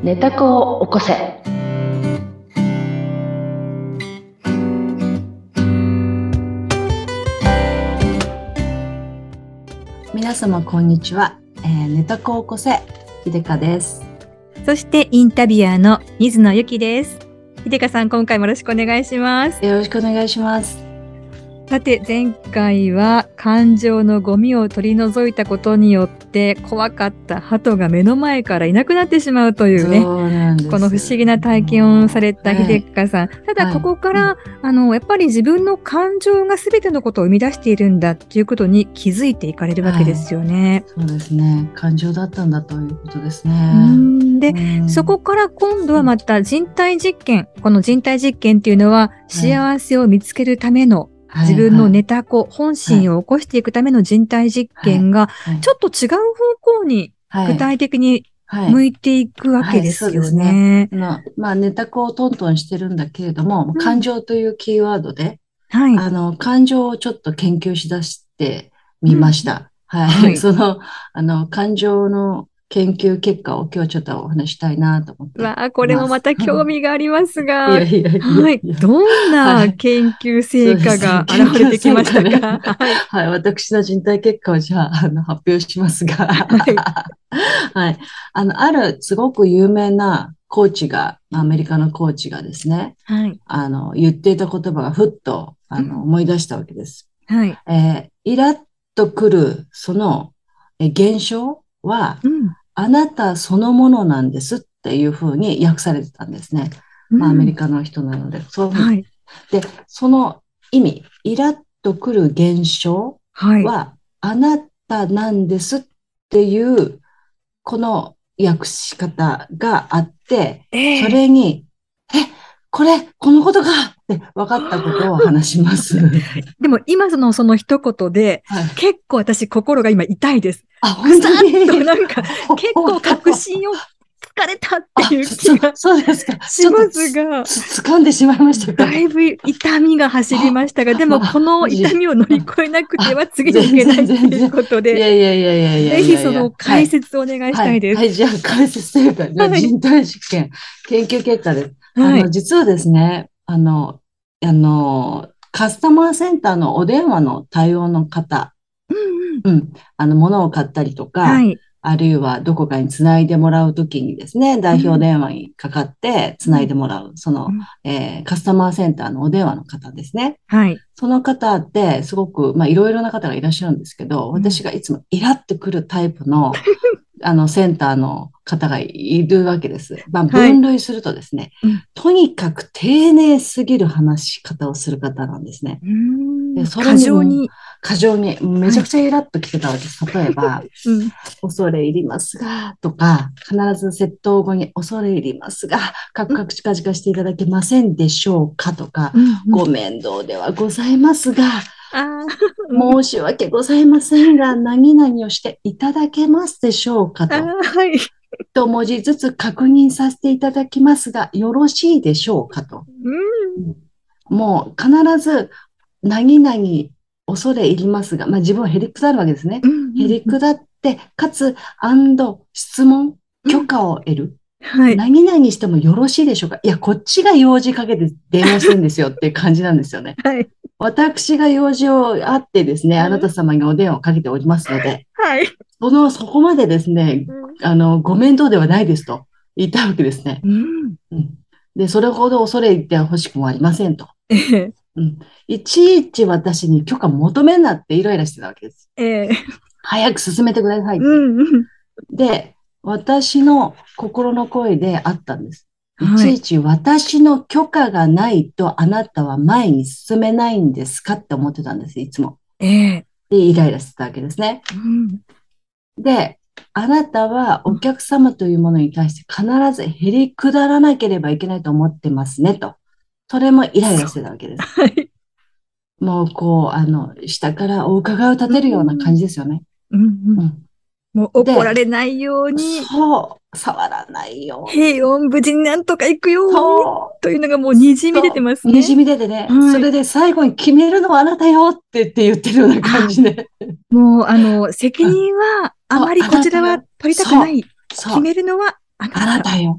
寝た子を起こせ。皆様こんにちは、寝た子を起こせ秀香です。 そしてインタビュアーの水野由紀です。秀香さん、今回もよろしくお願いします。 よろしくお願いします。 さて、前回は感情のゴミを取り除いたことによって怖かった鳩が目の前からいなくなってしまうというね、この不思議な体験をされた秀香さん、ただここから、やっぱり自分の感情が全てのことを生み出しているんだっていうことに気づいていかれるわけですよね。 そうですね。感情だったんだということですね。 で、そこから今度はまた人体実験、この人体実験っていうのは幸せを見つけるための自分の寝た子、本心を起こしていくための人体実験がちょっと違う方向に具体的に向いていくわけですよね。 寝た子をトントンしてるんだけれども、感情というキーワードで、感情をちょっと研究しだしてみました。その、感情の研究結果を今日ちょっとお話したいなと思って。 これもまた興味がありますが、どんな研究成果が現れてきましたか？ 私の人体結果をじゃあ、発表しますが、あるすごく有名なコーチが、アメリカのコーチがですね、言っていた言葉がふっと思い出したわけです。イラッとくるその現象は、あなたそのものなんですっていうふうに訳されてたんですね。アメリカの人なので。で、その意味、イラッとくる現象は、あなたなんですっていう、この訳し方があって、それに、このことかって分かったことを話します。 でも今その一言で、結構私心が今痛いです。 本当にぐさっとなんか結構確信をつかれたっていう気がそうですか。 しますが、 掴んでしまいましたか。 だいぶ痛みが走りましたが、でもこの痛みを乗り越えなくては次に行けないということで、ぜひその解説をお願いしたいです。 じゃあ解説というか、人体実験、研究結果です。実はですね、カスタマーセンターのお電話の対応の方、物を買ったりとか、あるいはどこかにつないでもらうときにですね、代表電話にかかってつないでもらう、その、カスタマーセンターのお電話の方ですね。その方ってすごく、いろいろな方がいらっしゃるんですけど、私がいつもイラってくるタイプの、センターの方がいるわけです。分類するとですね、とにかく丁寧すぎる話し方をする方なんですね。過剰に、めちゃくちゃイラッときてたわけです。例えば、恐れ入りますが、とか、必ず窃盗後に恐れ入りますが、カクカク近々していただけませんでしょうかとか、ご面倒ではございますが、申し訳ございませんが、何々をしていただけますでしょうかと。一文字ずつ確認させていただきますが、よろしいでしょうかと。もう必ず、何々恐れ入りますが、自分はへりくだるわけですね。へりくだって、かつ、質問、許可を得る。何々してもよろしいでしょうか。いや、こっちが用事かけて電話してるんですよっていう感じなんですよね。私が用事をあってですね、あなた様にお電話をかけておりますので、そこまでですね、ご面倒ではないですと言ったわけですね。で、それほど恐れ入ってほしくもありませんと。いちいち私に許可求めんなってイライラしてたわけです。早く進めてくださいって。で、私の心の声であったんです。いちいち私の許可がないとあなたは前に進めないんですかって思ってたんです、いつも。で、イライラしてたわけですね。で、あなたはお客様というものに対して必ずへりくだらなければいけないと思ってますねと。それもイライラしてたわけです。もう下からお伺いを立てるような感じですよね。 もう怒られないように。 触らないように。 平穏無事になんとか行くように。というのがもう滲み出てますね。 滲み出てね。それで最後に決めるのはあなたよって言ってるような感じで。 もう、責任はあまりこちらは取りたくない。決めるのはあなたよ。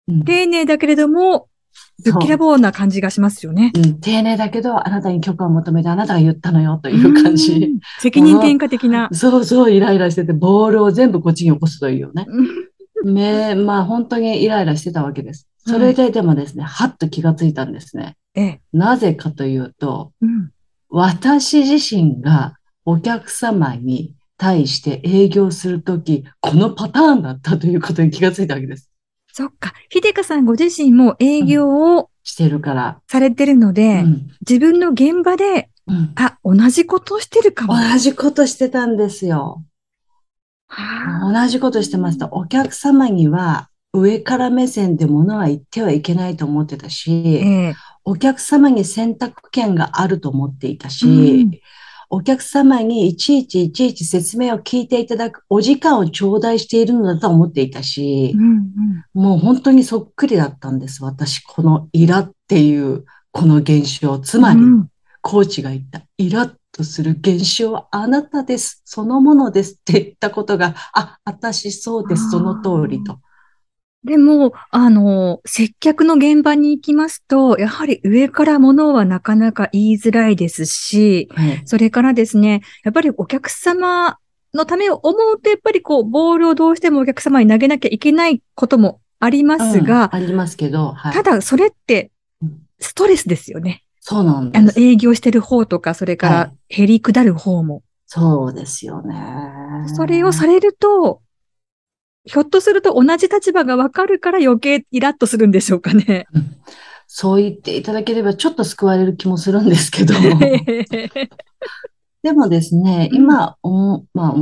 丁寧だけれども、ぶっきらぼうな感じがしますよね。 丁寧だけど、あなたに許可を求めてあなたが言ったのよという感じ。 責任転嫁的な。 そうそう、イライラしてて、ボールを全部こっちに起こすというよね。まあ本当にイライラしてたわけです。それででもですね、はっと気がついたんですね。なぜかというと、私自身がお客様に対して営業するとき、このパターンだったということに気がついたわけです。 そっか。秀香さんご自身も営業をしてるから。 されてるので、自分の現場で、同じことしてるかも。 同じことしてたんですよ。同じことしてました。お客様には上から目線で物は言ってはいけないと思ってたし、お客様に選択権があると思っていたし、お客様にいちいち説明を聞いていただくお時間を頂戴しているのだと思っていたし、もう本当にそっくりだったんです。私、このイラっていうこの現象。つまり、コーチが言ったイラッとする現象はあなたです。そのものですって言ったことが、私そうです。その通りと。 でも、接客の現場に行きますと、やはり上から物はなかなか言いづらいですし、それからですね、やっぱりお客様のためを思うと、やっぱりボールをどうしてもお客様に投げなきゃいけないこともありますが、 ありますけど、 ただそれってストレスですよね。 そうなんです。 営業してる方とか、それから減り下る方も。 そうですよね。 それをされると、ひょっとすると同じ立場がわかるから余計イラッとするんでしょうかね。 そう言っていただければちょっと救われる気もするんですけど。でもですね、今、思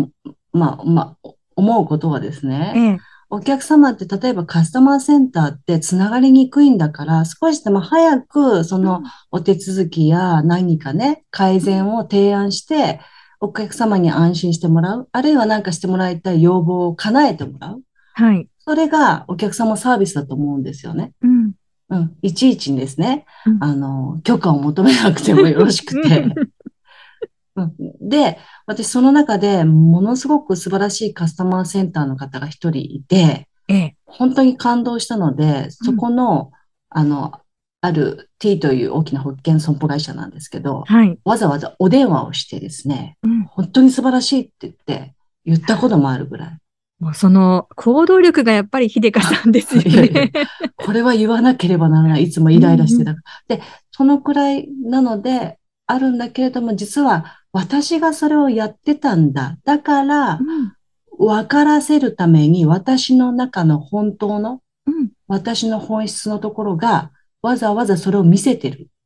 うことはですね、お客様って例えばカスタマーセンターってつながりにくいんだから、少しでも早くそのお手続きや何かね、改善を提案して、お客様に安心してもらう、あるいは何かしてもらいたい要望を叶えてもらう。それがお客様サービスだと思うんですよね。いちいちにですね、許可を求めなくてもよろしくて。で、私その中でものすごく素晴らしいカスタマーセンターの方が一人いて、本当に感動したので、そこの、ある T という大きな保険損保会社なんですけど、わざわざお電話をしてですね、本当に素晴らしいって言ったこともあるぐらい。 もうその行動力がやっぱり秀香さんですよね。 これは言わなければならない。いつもイライラしてた。で、そのくらいなので、あるんだけれども、実は私がそれをやってたんだ。だから、分からせるために私の中の本当の、私の本質のところが、わざわざそれを見せてる。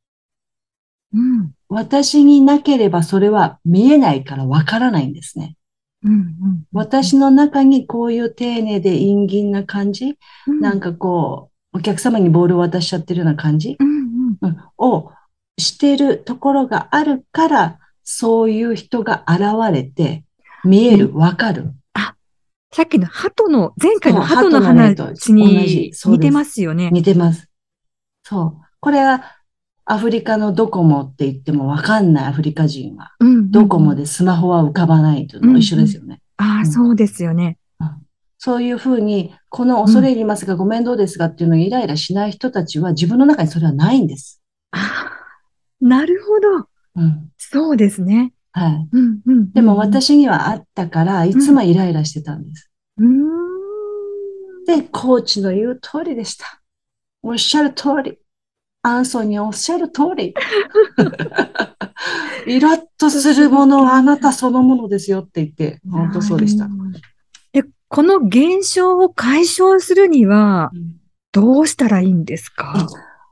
私になければそれは見えないから分からないんですね。私の中にこういう丁寧で陰銀な感じ、なんかお客様にボールを渡しちゃってるような感じ、をしてるところがあるから、そういう人が現れて、見える、わかる。 さっきの前回の鳩の話に似てますよね。 似てます。そう。これはアフリカのドコモって言ってもわかんないアフリカ人は。ドコモでスマホは浮かばないというのと一緒ですよね。 そうですよね。 そういうふうに、この恐れ入りますが、ご面倒ですがっていうのをイライラしない人たちは自分の中にそれはないんです。 なるほど。そうですね。 でも私にはあったから、いつもイライラしてたんです。で、コーチの言う通りでした。おっしゃる通り。アンソニーおっしゃる通り。イラッとするものはあなたそのものですよって言って、本当そうでした。 で、この現象を解消するには、どうしたらいいんですか？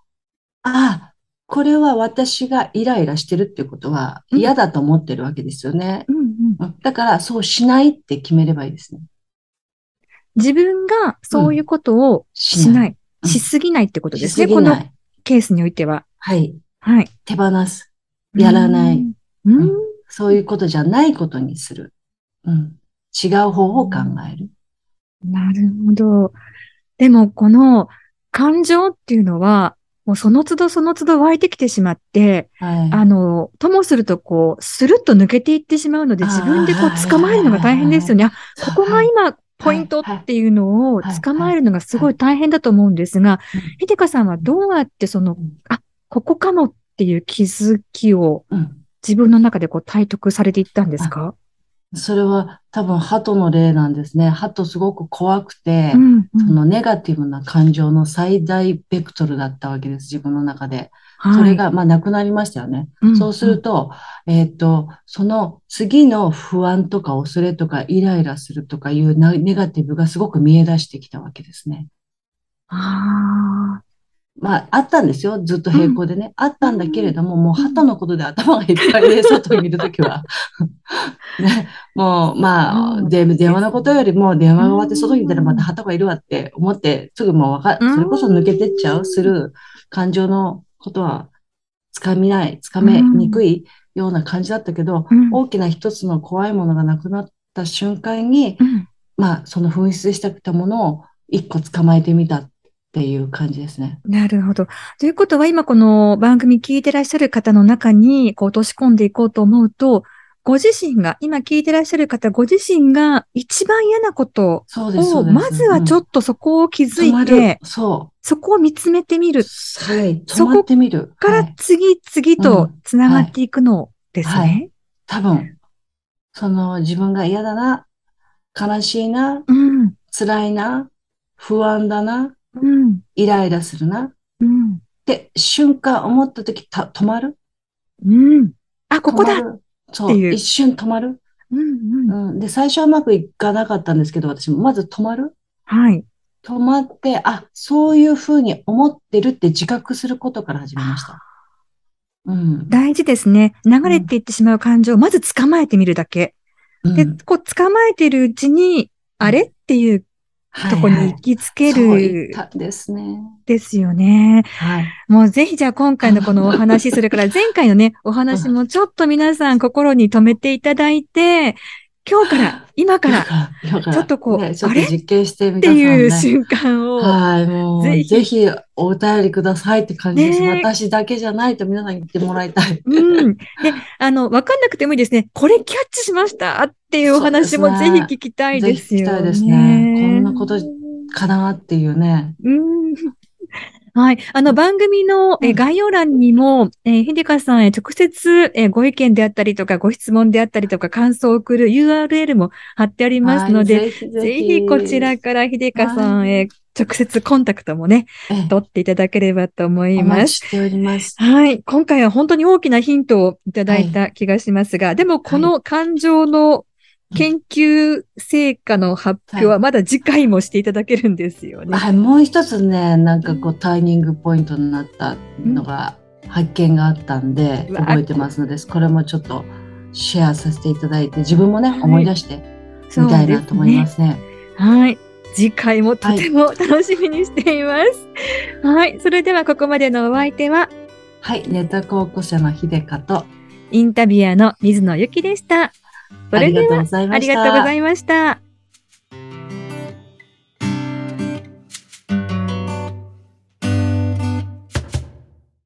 これは私がイライラしてるっていうことは嫌だと思ってるわけですよね。だからそうしないって決めればいいですね。 自分がそういうことをしない。しすぎないってことですね。このケースにおいては。 手放す。やらない。そういうことじゃないことにする。違う方法を考える。 なるほど。でも、この感情っていうのは、もうその都度その都度湧いてきてしまって、ともするとスルッと抜けていってしまうので、自分で捕まえるのが大変ですよね。ここが今、 ポイントっていうのを捕まえるのがすごい大変だと思うんですが、秀香さんはどうやってここかもっていう気づきを自分の中で体得されていったんですか？ それは多分鳩の例なんですね。鳩すごく怖くて、そのネガティブな感情の最大ベクトルだったわけです、自分の中で。それが、なくなりましたよね。そうすると、その次の不安とか恐れとかイライラするとかいうネガティブがすごく見え出してきたわけですね。あったんですよ。ずっと並行でね。あったんだけれども、もう鳩のことで頭がいっぱいで、外にいるときは。ね、もう、電話のことよりも、電話が終わって外に出たらまた鳩がいるわって思って、すぐもうそれこそ抜けてっちゃう、する感情のことは、つかめにくいような感じだったけど、大きな一つの怖いものがなくなった瞬間に、その紛失してきたものを一個捕まえてみたっていう感じですね。 なるほど。ということは今この番組聞いてらっしゃる方の中に落とし込んでいこうと思うと、ご自身が、今聞いてらっしゃる方ご自身が一番嫌なことを、まずはちょっとそこを気づいて、そこを見つめてみる。 はい、止まってみる。 そこから次々とつながっていくのですね。 多分、自分が嫌だな、悲しいな、辛いな、不安だな、イライラするな、って瞬間思ったとき止まる。 ここだ。 そう、一瞬止まる。で、最初はうまくいかなかったんですけど、私もまず止まる。止まって、そういうふうに思ってるって自覚することから始めました。 大事ですね。流れていってしまう感情をまず捕まえてみるだけ。で、捕まえてるうちに、あれっていうとこに行きつける。そういったんですね。 ですよね。もうぜひじゃあ今回のこのお話、それから前回のね、お話もちょっと皆さん心に留めていただいて、今日から、今から、ちょっとあれ実験してみっていう瞬間を、 もうぜひお便りくださいって感じです。私だけじゃないと皆さん言ってもらいたい。 で、わかんなくてもいいですね。これキャッチしましたっていうお話もぜひ聞きたいですよね。 ぜひ聞きたいですね。こんなことかなっていうね。 はい。番組の概要欄にも、秀香さんへ直接ご意見であったりとか、ご質問であったりとか、感想を送る URL も貼ってありますので、ぜひこちらから秀香さんへ直接コンタクトもね、取っていただければと思います。お待ちしております。 はい。今回は本当に大きなヒントをいただいた気がしますが、でもこの感情の研究成果の発表はまだ次回もしていただけるんですよね。 もう一つね、タイミングポイントになったのが、発見があったんで、覚えてますので、これもちょっとシェアさせていただいて、自分もね、思い出してみたいなと思いますね。 はい。次回もとても楽しみにしています。はい。それではここまでのお相手は、 ネタ考古者の秀香と、 インタビュアーの水野ゆきでした。 ありがとうございました。 ありがとうございました。